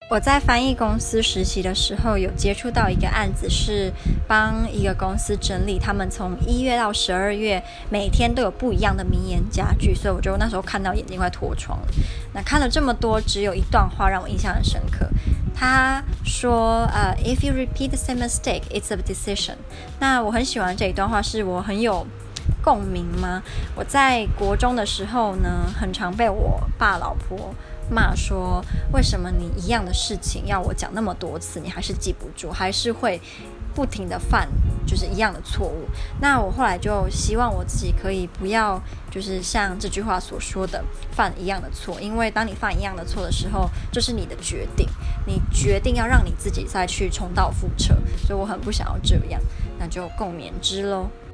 我在翻译公司实习的时候，有接触到一个案子，是帮一个公司整理他们从1月到12月每天都有不一样的名言佳句，所以我就那时候看到眼睛快脱窗了。那看了这么多，只有一段话让我印象很深刻。他说，If you repeat the same mistake, it's a decision。那我很喜欢这一段话，是我很有共鸣吗？我在国中的时候呢，很常被我爸老婆骂说，为什么你一样的事情要我讲那么多次，你还是记不住，还是会不停的犯就是一样的错误。那我后来就希望我自己可以不要就是像这句话所说的犯一样的错，因为当你犯一样的错的时候，这是你的决定，你决定要让你自己再去重蹈覆辙，所以我很不想要这样，那就共勉之咯。